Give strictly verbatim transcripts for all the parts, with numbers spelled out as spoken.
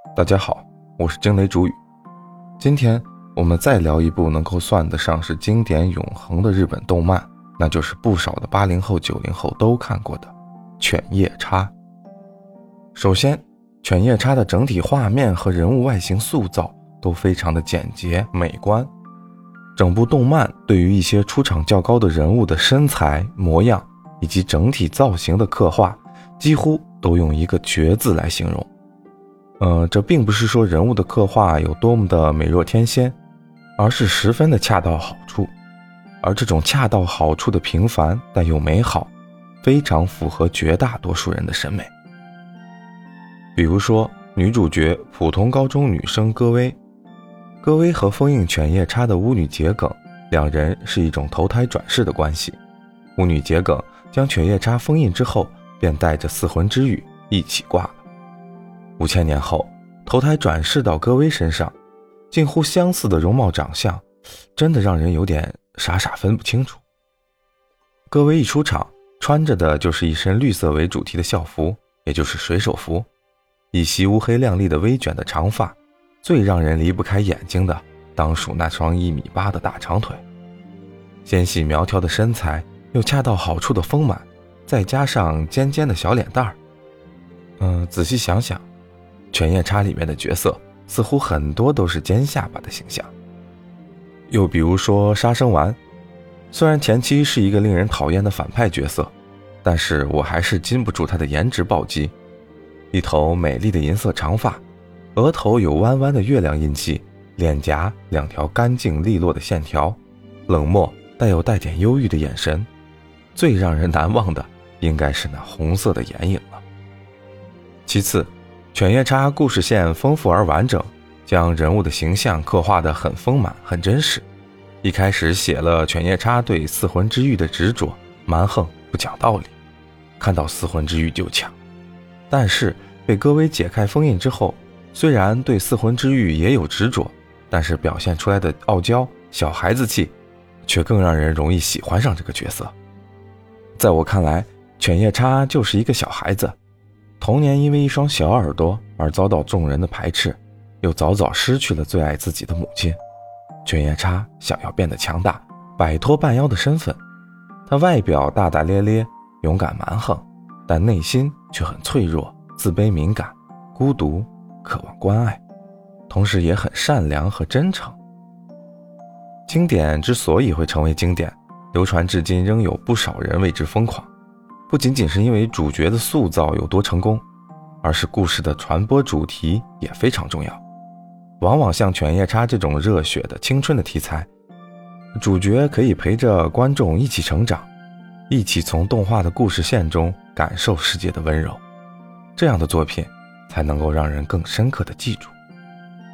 大家好，我是惊雷主语。今天我们再聊一部能够算得上是经典永恒的日本动漫，那就是不少的八零后、九零后都看过的《犬夜叉》。首先，《犬夜叉》的整体画面和人物外形塑造都非常的简洁美观。整部动漫对于一些出场较高的人物的身材、模样以及整体造型的刻画，几乎都用一个绝字来形容。呃，这并不是说人物的刻画有多么的美若天仙，而是十分的恰到好处。而这种恰到好处的平凡但又美好，非常符合绝大多数人的审美。比如说女主角普通高中女生歌薇，歌薇和封印犬夜叉的巫女桔梗，两人是一种投胎转世的关系。巫女桔梗将犬夜叉封印之后，便带着四魂之玉一起挂了。五千年后，投胎转世到歌薇身上，近乎相似的容貌长相，真的让人有点傻傻分不清楚。歌薇一出场，穿着的就是一身绿色为主题的校服，也就是水手服，一袭乌黑亮丽的微卷的长发，最让人离不开眼睛的当属那双一米八的大长腿，纤细苗条的身材又恰到好处的丰满，再加上尖尖的小脸蛋儿。嗯，仔细想想，犬夜叉里面的角色似乎很多都是尖下巴的形象。又比如说杀生丸，虽然前期是一个令人讨厌的反派角色，但是我还是禁不住他的颜值暴击。一头美丽的银色长发，额头有弯弯的月亮印记，脸颊两条干净利落的线条，冷漠带有带点忧郁的眼神，最让人难忘的应该是那红色的眼影了。其次，犬夜叉故事线丰富而完整，将人物的形象刻画得很丰满很真实。一开始写了犬夜叉对四魂之玉的执着、蛮横不讲道理，看到四魂之玉就抢。但是被歌薇解开封印之后，虽然对四魂之玉也有执着，但是表现出来的傲娇小孩子气却更让人容易喜欢上这个角色。在我看来，犬夜叉就是一个小孩子，童年因为一双小耳朵而遭到众人的排斥，又早早失去了最爱自己的母亲。犬夜叉想要变得强大，摆脱半妖的身份。他外表大大咧咧，勇敢蛮横，但内心却很脆弱、自卑敏感、孤独，渴望关爱，同时也很善良和真诚。经典之所以会成为经典，流传至今仍有不少人为之疯狂，不仅仅是因为主角的塑造有多成功，而是故事的传播主题也非常重要。往往像犬夜叉这种热血的青春的题材，主角可以陪着观众一起成长，一起从动画的故事线中感受世界的温柔，这样的作品才能够让人更深刻地记住。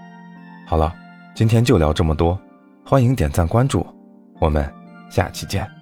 好了，今天就聊这么多，欢迎点赞关注我，我们下期见。